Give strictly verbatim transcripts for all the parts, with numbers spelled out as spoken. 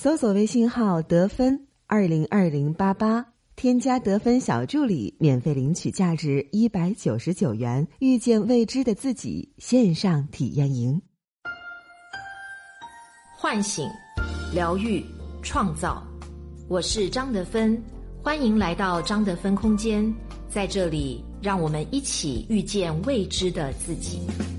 搜索微信号得分二零二零八八，添加得分小助理，免费领取价值一百九十九元遇见未知的自己线上体验营。 唤醒、疗愈、创造，我是张德芬，欢迎来到张德芬空间，在这里让我们一起遇见未知的自己。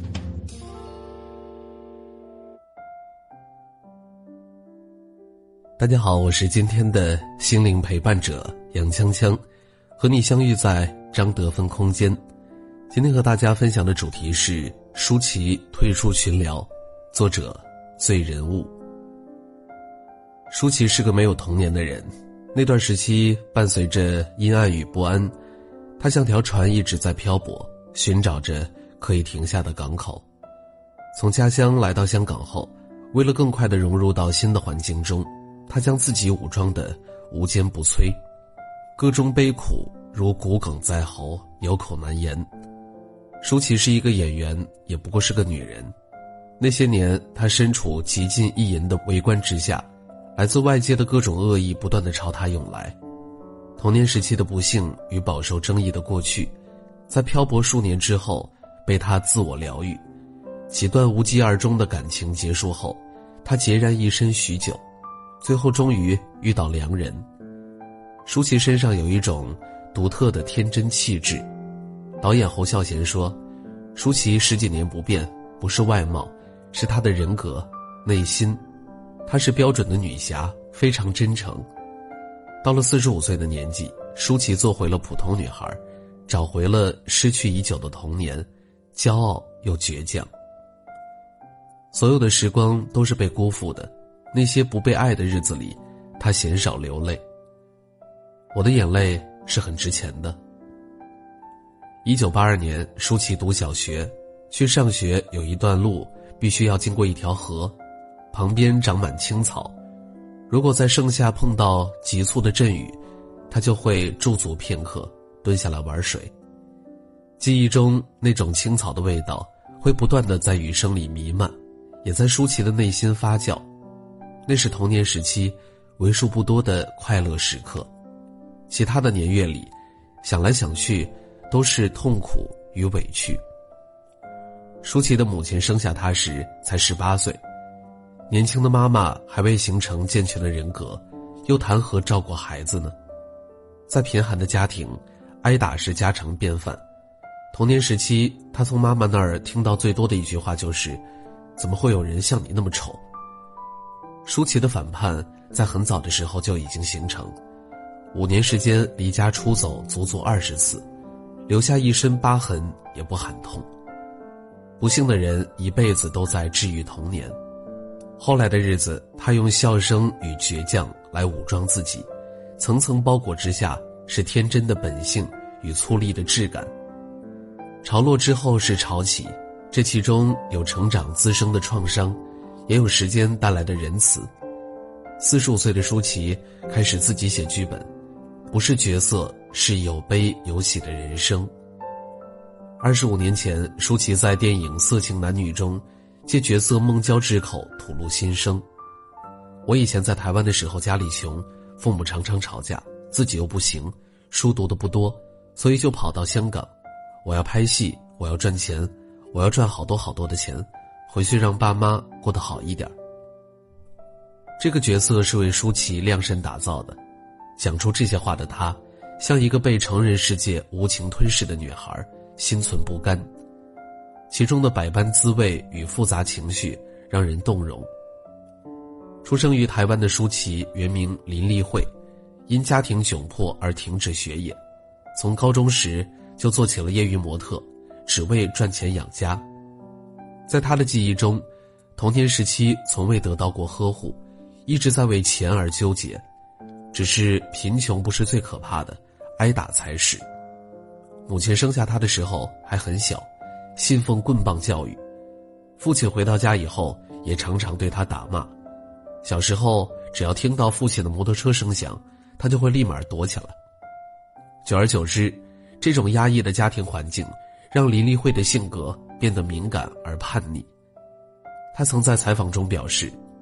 大家好，我是今天的心灵陪伴者杨锵锵，和你相遇在张德芬空间。今天和大家分享的主题是舒淇退出群聊，作者醉人物。舒淇是个没有童年的人，那段时期伴随着阴暗与不安，她像条船一直在漂泊，寻找着可以停下的港口。从家乡来到香港后，为了更快地融入到新的环境中，他将自己武装得无坚不摧，歌中悲苦如骨鲠在喉，有口难言。舒淇是一个演员，也不过是个女人。那些年她身处极尽意淫的围观之下，来自外界的各种恶意不断地朝她涌来。童年时期的不幸与饱受争议的过去，在漂泊数年之后被她自我疗愈。几段无疾而终的感情结束后，她孑然一身许久，最后终于遇到良人。舒淇身上有一种独特的天真气质。导演侯孝贤说，舒淇十几年不变，不是外貌，是她的人格、内心。她是标准的女侠，非常真诚。到了四十五岁的年纪，舒淇做回了普通女孩，找回了失去已久的童年，骄傲又倔强。所有的时光都是被辜负的，那些不被爱的日子里，她鲜少流泪。我的眼泪是很值钱的。一九八二年，舒淇读小学，去上学有一段路必须要经过一条河，旁边长满青草。如果在盛夏碰到急促的阵雨，她就会驻足片刻，蹲下来玩水。记忆中那种青草的味道会不断地在雨声里弥漫，也在舒淇的内心发酵。那是童年时期为数不多的快乐时刻，其他的年月里，想来想去都是痛苦与委屈。舒淇的母亲生下她时才十八岁，年轻的妈妈还未形成健全的人格，又谈何照顾孩子呢？在贫寒的家庭，挨打是家常便饭。童年时期，她从妈妈那儿听到最多的一句话就是：“怎么会有人像你那么丑？”舒淇的反叛在很早的时候就已经形成，五年时间离家出走足足二十次，留下一身疤痕也不喊痛。不幸的人一辈子都在治愈童年。后来的日子，他用笑声与倔强来武装自己，层层包裹之下是天真的本性与粗粝的质感。潮落之后是潮起，这其中有成长滋生的创伤，也有时间带来的仁慈。四十五岁的舒淇开始自己写剧本，不是角色，是有悲有喜的人生。二十五年前，舒淇在电影《色情男女》中借角色孟郊之口吐露心声。我以前在台湾的时候家里穷，父母常常吵架，自己又不行，书读的不多，所以就跑到香港。我要拍戏，我要赚钱，我要赚好多好多的钱，回去让爸妈过得好一点。这个角色是为舒淇量身打造的，讲出这些话的她，像一个被成人世界无情吞噬的女孩，心存不甘。其中的百般滋味与复杂情绪让人动容。出生于台湾的舒淇原名林丽慧，因家庭窘迫而停止学业，从高中时就做起了业余模特，只为赚钱养家。在她的记忆中，童年时期从未得到过呵护，一直在为钱而纠结。只是贫穷不是最可怕的，挨打才是。母亲生下她的时候还很小，信奉棍棒教育。父亲回到家以后也常常对她打骂。小时候只要听到父亲的摩托车声响，她就会立马躲起来。久而久之，这种压抑的家庭环境让林丽慧的性格变得敏感而叛逆。她曾在采访中表示，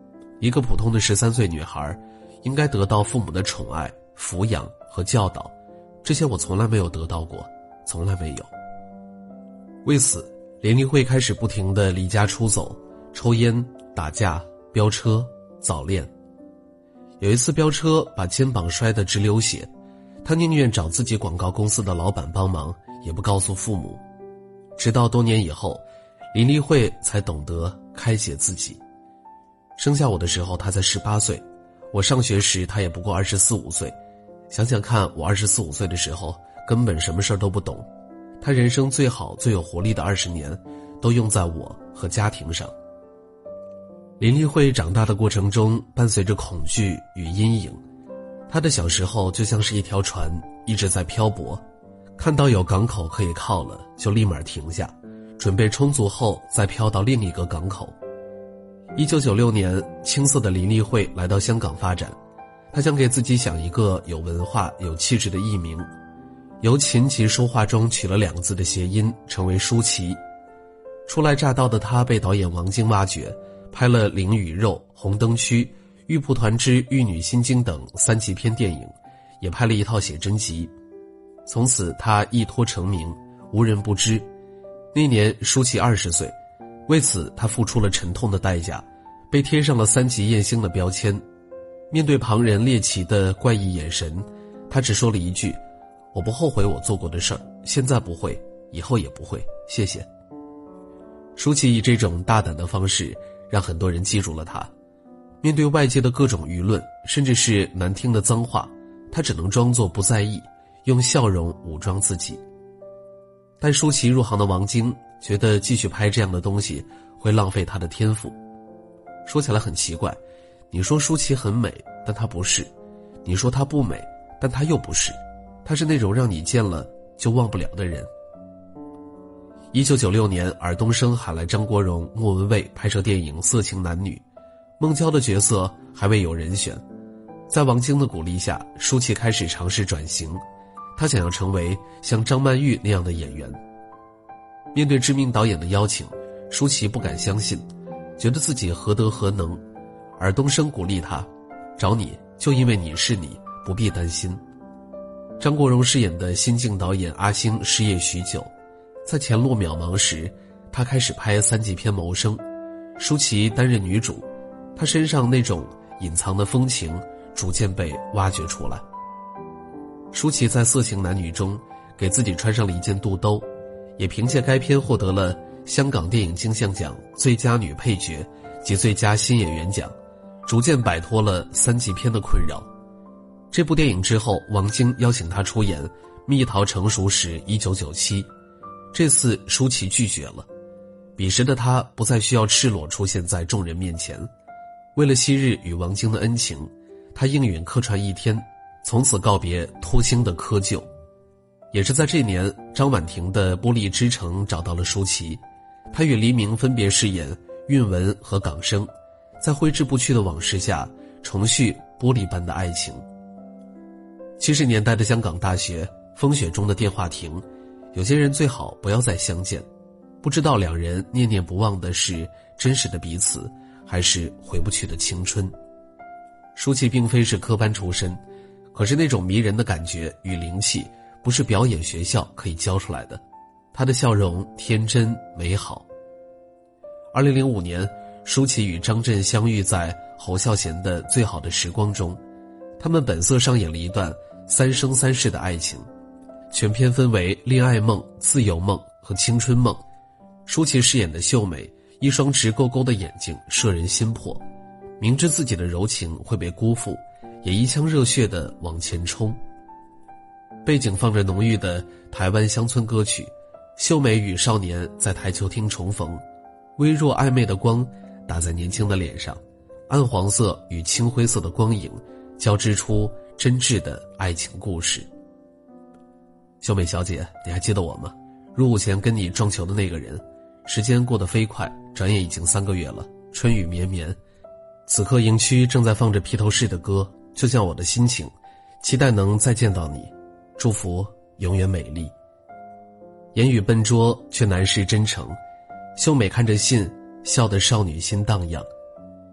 一个普通的十三岁女孩应该得到父母的宠爱、抚养和教导，这些我从来没有得到过，从来没有。为此，林丽慧开始不停地离家出走，抽烟、打架、飙车、早恋。有一次飙车把肩膀摔得直流血，她宁愿找自己广告公司的老板帮忙，也不告诉父母。直到多年以后，林丽慧才懂得开解自己。生下我的时候她才十八岁，我上学时她也不过二十四五岁。想想看，我二十四五岁的时候根本什么事都不懂，她人生最好最有活力的二十年都用在我和家庭上。林丽慧长大的过程中伴随着恐惧与阴影，她的小时候就像是一条船一直在漂泊，看到有港口可以靠了就立马停下，准备充足后再飘到另一个港口。一九九六年，青涩的林丽慧来到香港发展，她想给自己想一个有文化有气质的艺名，由琴棋书画中取了两个字的谐音，成为舒淇。初来乍到的她被导演王晶挖掘，拍了《灵与肉》《红灯区》《玉蒲团之玉女心经》等三级片电影，也拍了一套写真集。从此她一脱成名，无人不知。那年舒淇二十岁，为此她付出了沉痛的代价，被贴上了三级艳星的标签。面对旁人猎奇的怪异眼神，她只说了一句：我不后悔我做过的事儿，现在不会，以后也不会，谢谢。舒淇以这种大胆的方式让很多人记住了她。面对外界的各种舆论，甚至是难听的脏话，她只能装作不在意，用笑容武装自己。但舒淇入行的王晶觉得继续拍这样的东西会浪费她的天赋。说起来很奇怪，你说舒淇很美，但她不是；你说她不美，但她又不是。她是那种让你见了就忘不了的人。一九九六年，尔冬升喊来张国荣、莫文蔚拍摄电影《色情男女》，孟郊的角色还未有人选。在王晶的鼓励下，舒淇开始尝试转型，她想要成为像张曼玉那样的演员。面对知名导演的邀请，舒淇不敢相信，觉得自己何德何能。尔冬升鼓励她，找你就因为你是你，不必担心。张国荣饰演的新晋导演阿星失业许久，在前路渺茫时，他开始拍三级片谋生，舒淇担任女主，她身上那种隐藏的风情逐渐被挖掘出来。舒淇在《色情男女》中给自己穿上了一件肚兜，也凭借该片获得了香港电影金像奖最佳女配角及最佳新演员奖，逐渐摆脱了三级片的困扰。这部电影之后，王晶邀请她出演《蜜桃成熟时》一九九七，这次舒淇拒绝了。彼时的她不再需要赤裸出现在众人面前，为了昔日与王晶的恩情，她应允客串一天，从此告别脱星的窠臼。也是在这年，张婉婷的《玻璃之城》找到了舒淇，她与黎明分别饰演韵文和港生，在挥之不去的往事下重续玻璃般的爱情。七十年代的香港大学，风雪中的电话亭，有些人最好不要再相见。不知道两人念念不忘的是真实的彼此，还是回不去的青春。舒淇并非是科班出身，可是那种迷人的感觉与灵气不是表演学校可以教出来的。她的笑容天真美好。二零零五年，舒淇与张震相遇在侯孝贤的《最好的时光》中，他们本色上演了一段三生三世的爱情。全片分为恋爱梦、自由梦和青春梦。舒淇饰演的秀美，一双直勾勾的眼睛摄人心魄，明知自己的柔情会被辜负，也一腔热血地往前冲。背景放着浓郁的台湾乡村歌曲，秀美与少年在台球厅重逢，微弱暧昧的光打在年轻的脸上，暗黄色与青灰色的光影交织出真挚的爱情故事。秀美小姐，你还记得我吗？入伍前跟你撞球的那个人。时间过得飞快，转眼已经三个月了，春雨绵绵。此刻营区正在放着披头士的歌，就像我的心情，期待能再见到你，祝福永远美丽。言语笨拙，却难释真诚。秀美看着信，笑得少女心荡漾。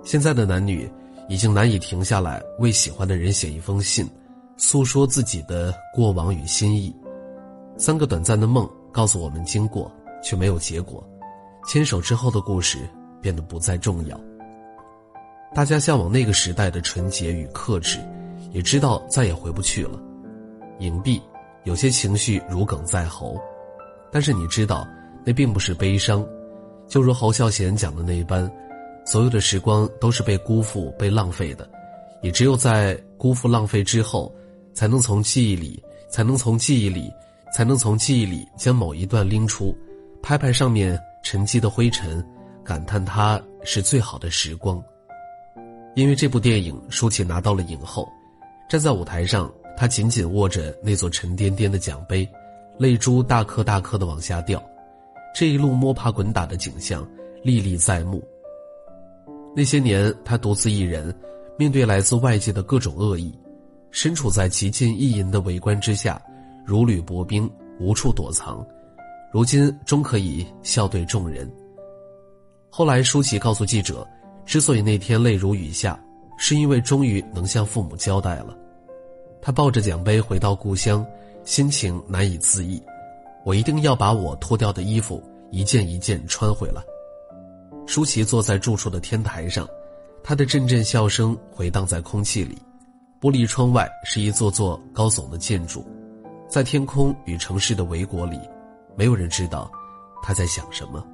现在的男女已经难以停下来为喜欢的人写一封信，诉说自己的过往与心意。三个短暂的梦告诉我们经过，却没有结果。牵手之后的故事变得不再重要。大家向往那个时代的纯洁与克制，也知道再也回不去了。隐蔽，有些情绪如鲠在喉，但是你知道那并不是悲伤。就如侯孝贤讲的那般，所有的时光都是被辜负被浪费的，也只有在辜负浪费之后，才能从记忆里才能从记忆里才能从记忆里将某一段拎出，拍拍上面沉积的灰尘，感叹它是最好的时光。因为这部电影，舒淇拿到了影后，站在舞台上，她紧紧握着那座沉甸甸的奖杯，泪珠大颗大颗地往下掉。这一路摸爬滚打的景象历历在目。那些年，她独自一人面对来自外界的各种恶意，身处在极尽意淫的围观之下，如履薄冰，无处躲藏。如今终可以笑对众人。后来舒淇告诉记者，之所以那天泪如雨下，是因为终于能向父母交代了。她抱着奖杯回到故乡，心情难以自抑。我一定要把我脱掉的衣服一件一件穿回来。舒淇坐在住处的天台上，她的阵阵笑声回荡在空气里。玻璃窗外是一座座高耸的建筑，在天空与城市的围裹里，没有人知道她在想什么。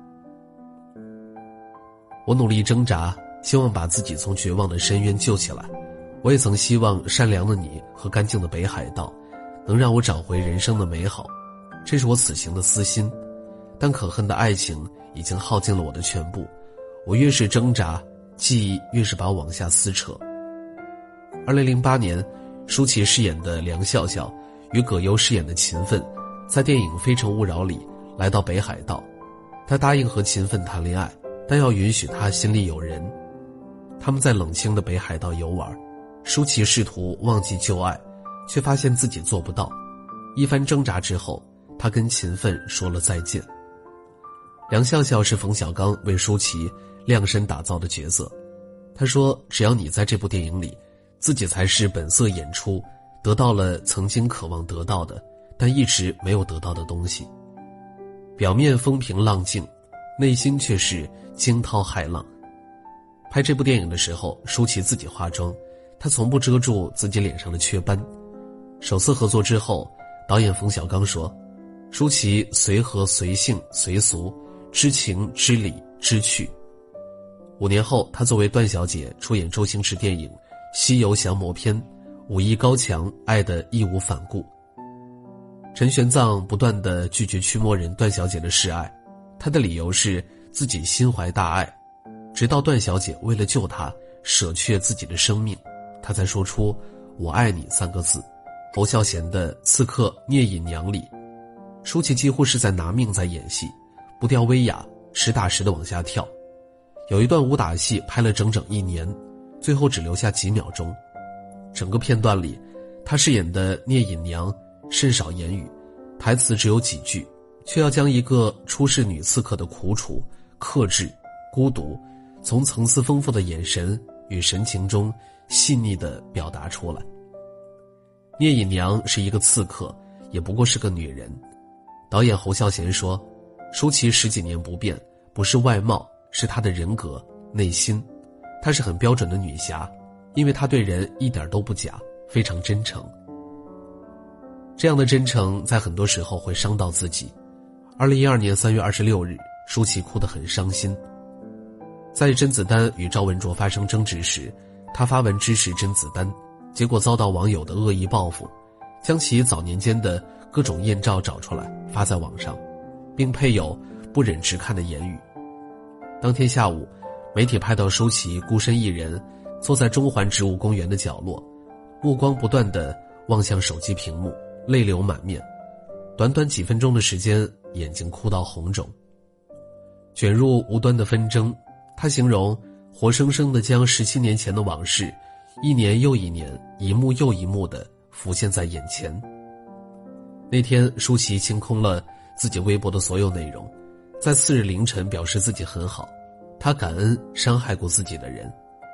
我努力挣扎，希望把自己从绝望的深渊救起来。我也曾希望善良的你和干净的北海道能让我找回人生的美好，这是我此行的私心。但可恨的爱情已经耗尽了我的全部，我越是挣扎，记忆越是把我往下撕扯。二零零八年，舒淇饰演的梁笑笑与葛优饰演的秦奋在电影《非诚勿扰》里来到北海道。他答应和秦奋谈恋爱，但要允许他心里有人。他们在冷清的北海道游玩，舒淇试图忘记旧爱，却发现自己做不到。一番挣扎之后，他跟秦奋说了再见。梁笑笑是冯小刚为舒淇量身打造的角色。他说，只要你在这部电影里，自己才是本色演出，得到了曾经渴望得到的但一直没有得到的东西。表面风平浪静，内心却是惊涛骇浪。拍这部电影的时候，舒淇自己化妆，她从不遮住自己脸上的雀斑。首次合作之后，导演冯小刚说，舒淇随和随性随俗，知情知理知趣。五年后，她作为段小姐出演周星驰电影《西游降魔篇》，武艺高强，爱得义无反顾。陈玄奘不断地拒绝驱魔人段小姐的示爱，他的理由是自己心怀大爱，直到段小姐为了救他舍却自己的生命，他才说出我爱你三个字。侯孝贤的《刺客聂隐娘》里，舒淇几乎是在拿命在演戏，步调微雅，实打实的往下跳。有一段武打戏拍了整整一年，最后只留下几秒钟。整个片段里，她饰演的聂隐娘甚少言语，台词只有几句，却要将一个出世女刺客的苦楚、克制、孤独，从层次丰富的眼神与神情中细腻地表达出来。聂隐娘是一个刺客，也不过是个女人。导演侯孝贤说，舒淇十几年不变，不是外貌，是她的人格、内心。她是很标准的女侠，因为她对人一点都不假，非常真诚。这样的真诚在很多时候会伤到自己。二零一二年三月二十六日，舒淇哭得很伤心。在甄子丹与赵文卓发生争执时，她发文支持甄子丹，结果遭到网友的恶意报复，将其早年间的各种艳照找出来发在网上，并配有不忍直看的言语。当天下午，媒体拍到舒淇孤身一人坐在中环植物公园的角落，目光不断地望向手机屏幕，泪流满面。短短几分钟的时间，眼睛哭到红肿。卷入无端的纷争，他形容活生生地将十七年前的往事一年又一年，一幕又一幕地浮现在眼前。那天舒淇清空了自己微博的所有内容，在次日凌晨表示自己很好，她感恩伤害过自己的人，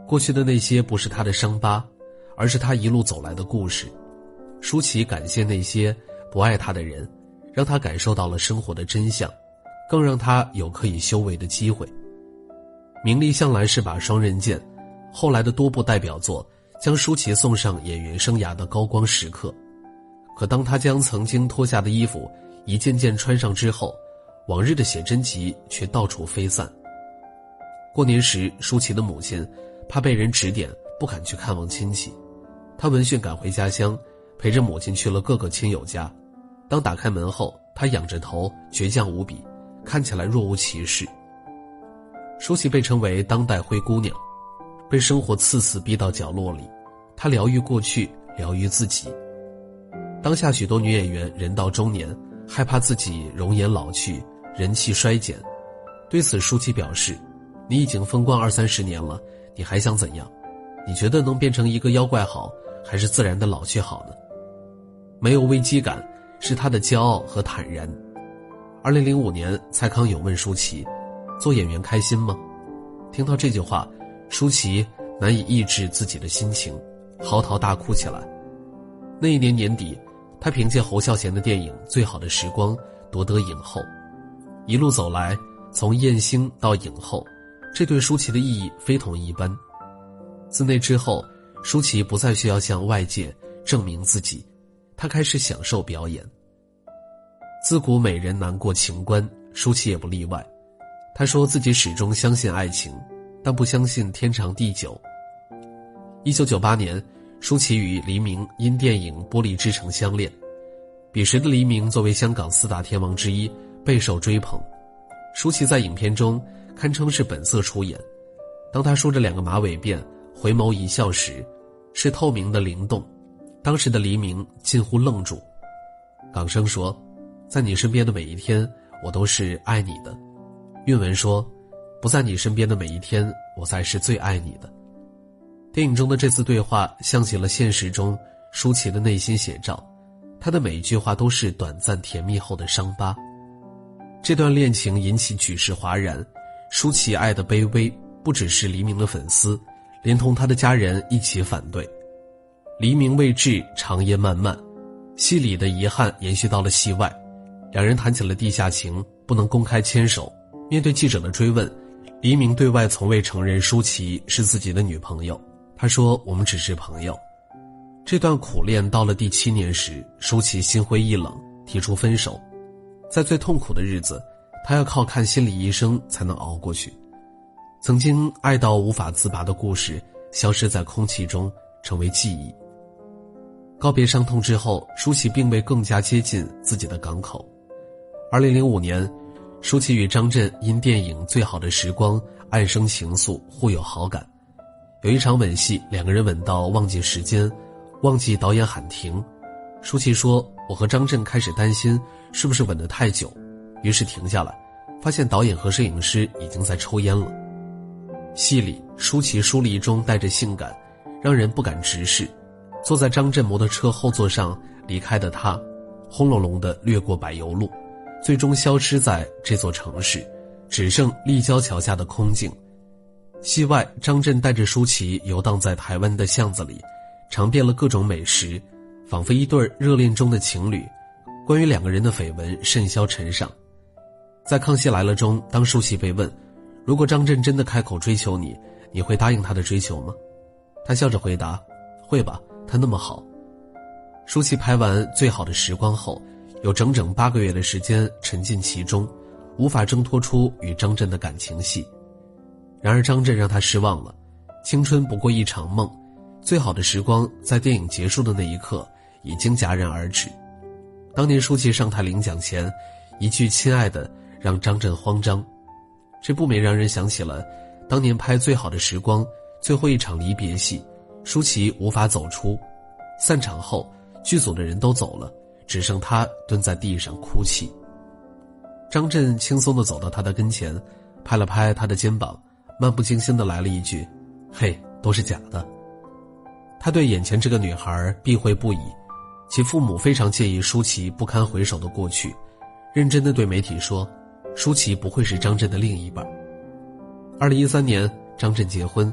过去的那些不是他的伤疤，而是他一路走来的故事。舒淇感谢那些不爱他的人，让他感受到了生活的真相，更让他有可以修为的机会。名利向来是把双刃剑，后来的多部代表作将舒淇送上演员生涯的高光时刻。可当他将曾经脱下的衣服一件件穿上之后，往日的写真集却到处飞散。过年时，舒淇的母亲怕被人指点，不敢去看望亲戚，她闻讯赶回家乡，陪着母亲去了各个亲友家。当打开门后，她仰着头，倔强无比，看起来若无其事。舒淇被称为当代灰姑娘，被生活刺死逼到角落里，她疗愈过去，疗愈自己。当下许多女演员人到中年，害怕自己容颜老去，人气衰减。对此，舒淇表示，你已经风光二三十年了，你还想怎样？你觉得能变成一个妖怪好，还是自然的老去好呢？没有危机感，是她的骄傲和坦然。二零零五年，蔡康永问舒淇，做演员开心吗？听到这句话，舒淇难以抑制自己的心情，嚎啕大哭起来。那一年年底，他凭借侯孝贤的电影《最好的时光》夺得影后。一路走来，从艳星到影后，这对舒淇的意义非同一般。自那之后，舒淇不再需要向外界证明自己，她开始享受表演。自古美人难过情关，舒淇也不例外。她说自己始终相信爱情，但不相信天长地久。一九九八年，舒淇与黎明因电影《玻璃之城》相恋。彼时的黎明作为香港四大天王之一，备受追捧。舒淇在影片中堪称是本色出演。当她梳着两个马尾辫，回眸一笑时，是透明的灵动。当时的黎明近乎愣住。港生说，在你身边的每一天，我都是爱你的。韵文说，不在你身边的每一天，我才是最爱你的。电影中的这次对话像极了现实中舒淇的内心写照，她的每一句话都是短暂甜蜜后的伤疤。这段恋情引起举世哗然，舒淇爱的卑微，不只是黎明的粉丝，连同他的家人一起反对。黎明未至，长夜漫漫，戏里的遗憾延续到了戏外，两人谈起了地下情，不能公开牵手。面对记者的追问，黎明对外从未承认舒淇是自己的女朋友，他说我们只是朋友。这段苦恋到了第七年时，舒淇心灰意冷，提出分手。在最痛苦的日子，他要靠看心理医生才能熬过去。曾经爱到无法自拔的故事消失在空气中，成为记忆。告别伤痛之后，舒淇并未更加接近自己的港口。二零零五年，舒淇与张震因电影《最好的时光》暗生情愫，互有好感。有一场吻戏，两个人吻到忘记时间，忘记导演喊停。舒淇说，我和张震开始担心是不是吻得太久，于是停下来，发现导演和摄影师已经在抽烟了。戏里，舒淇疏离中带着性感，让人不敢直视。坐在张震摩托车后座上离开的他，轰隆隆地掠过柏油路，最终消失在这座城市，只剩立交桥下的空境。戏外，张震带着舒淇游荡在台湾的巷子里，尝遍了各种美食，仿佛一对热恋中的情侣。关于两个人的绯闻甚嚣尘上。在《康熙来了》中，当舒淇被问，如果张震真的开口追求你，你会答应他的追求吗？他笑着回答，会吧，他那么好。舒淇拍完《最好的时光》后，有整整八个月的时间沉浸其中，无法挣脱出与张震的感情戏。然而张震让他失望了，青春不过一场梦，最好的时光在电影结束的那一刻已经戛然而止。当年舒淇上台领奖前，一句亲爱的让张震慌张，这不免让人想起了当年拍《最好的时光》最后一场离别戏，舒淇无法走出，散场后剧组的人都走了，只剩他蹲在地上哭泣。张震轻松地走到他的跟前，拍了拍他的肩膀，漫不经心地来了一句，嘿，都是假的。他对眼前这个女孩避讳不已，其父母非常介意舒淇不堪回首的过去，认真地对媒体说，舒淇不会是张震的另一半。二零一三年，张震结婚，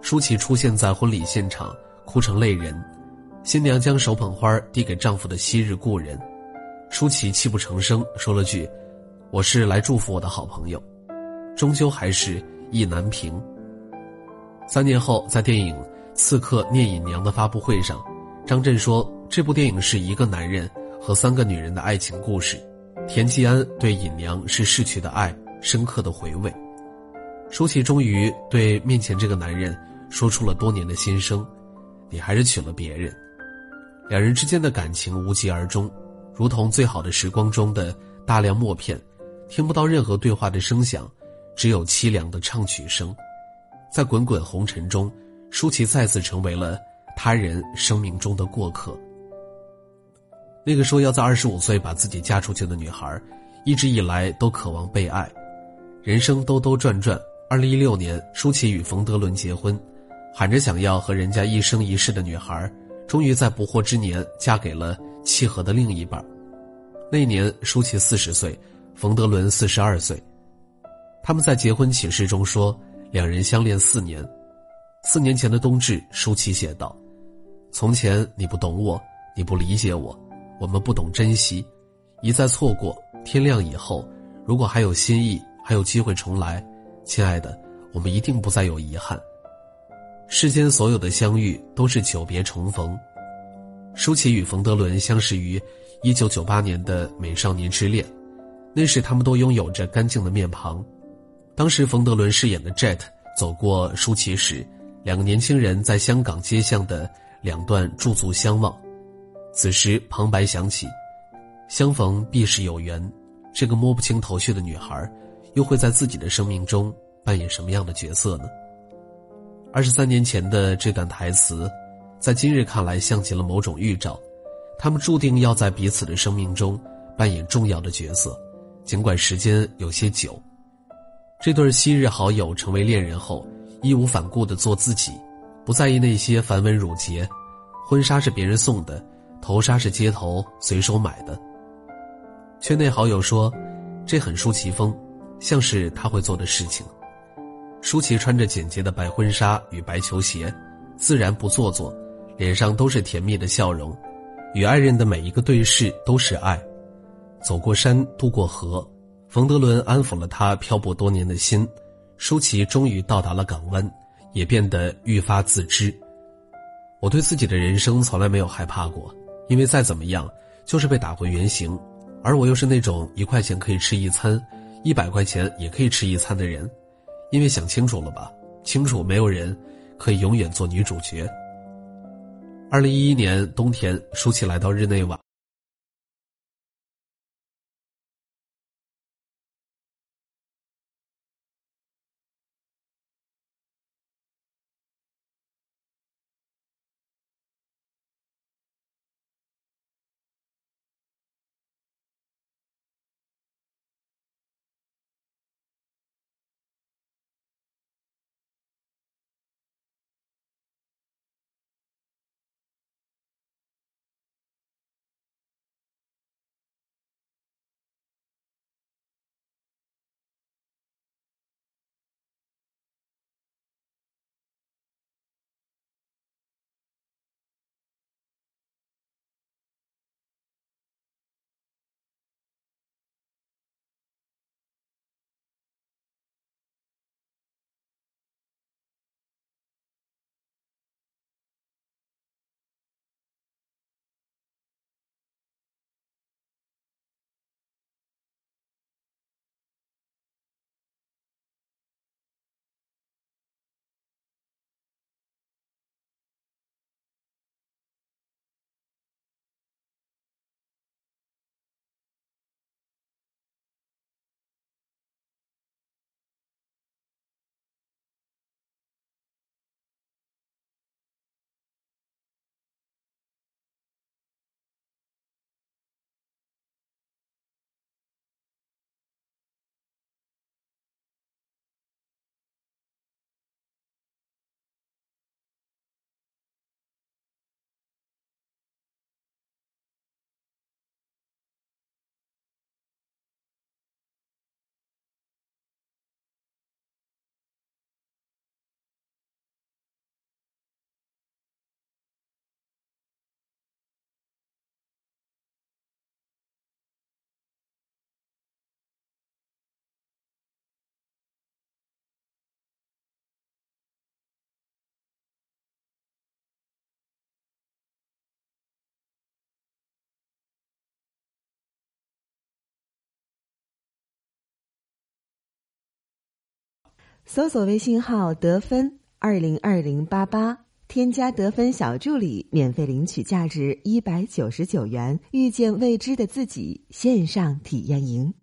舒淇出现在婚礼现场，哭成泪人。新娘将手捧花递给丈夫的昔日故人，舒淇泣不成声，说了句：“我是来祝福我的好朋友。”终究还是意难平。三年后，在电影《刺客聂隐娘》的发布会上，张震说，这部电影是一个男人和三个女人的爱情故事。田季安对隐娘是逝去的爱深刻的回味。舒淇终于对面前这个男人说出了多年的心声：你还是娶了别人。两人之间的感情无疾而终，如同最好的时光中的大量默片，听不到任何对话的声响，只有凄凉的唱曲声。在滚滚红尘中，舒淇再次成为了他人生命中的过客。那个说要在二十五岁把自己嫁出去的女孩，一直以来都渴望被爱。人生兜兜转转，二零一六年，舒淇与冯德伦结婚，喊着想要和人家一生一世的女孩，终于在不惑之年嫁给了契合的另一半。那年，舒淇四十岁，冯德伦四十二岁。他们在结婚启事中说，两人相恋四年。四年前的冬至，舒淇写道：从前你不懂我，你不理解我，我们不懂珍惜，一再错过，天亮以后，如果还有心意，还有机会重来，亲爱的，我们一定不再有遗憾。世间所有的相遇都是久别重逢。舒淇与冯德伦相识于一九九八年的美少年之恋，那时他们都拥有着干净的面庞。当时冯德伦饰演的 Jet 走过舒淇时，两个年轻人在香港街巷的两段驻足相望。此时旁白响起，相逢必是有缘，这个摸不清头绪的女孩又会在自己的生命中扮演什么样的角色呢？二十三年前的这段台词，在今日看来像极了某种预兆，他们注定要在彼此的生命中扮演重要的角色，尽管时间有些久。这对昔日好友成为恋人后，义无反顾地做自己，不在意那些繁文缛节。婚纱是别人送的，头纱是街头随手买的。圈内好友说，这很舒淇风，像是他会做的事情。舒淇穿着简洁的白婚纱与白球鞋，自然不做作，脸上都是甜蜜的笑容，与爱人的每一个对视都是爱。走过山，渡过河，冯德伦安抚了他漂泊多年的心，舒淇终于到达了港湾，也变得愈发自知。我对自己的人生从来没有害怕过，因为再怎么样就是被打回原形，而我又是那种一块钱可以吃一餐，一百块钱也可以吃一餐的人。因为想清楚了吧，清楚没有人可以永远做女主角。二零一一年冬天，舒淇来到日内瓦， 搜索微信号得分二零二零八八，添加得分小助理，免费领取价值一百九十九元遇见未知的自己线上体验营。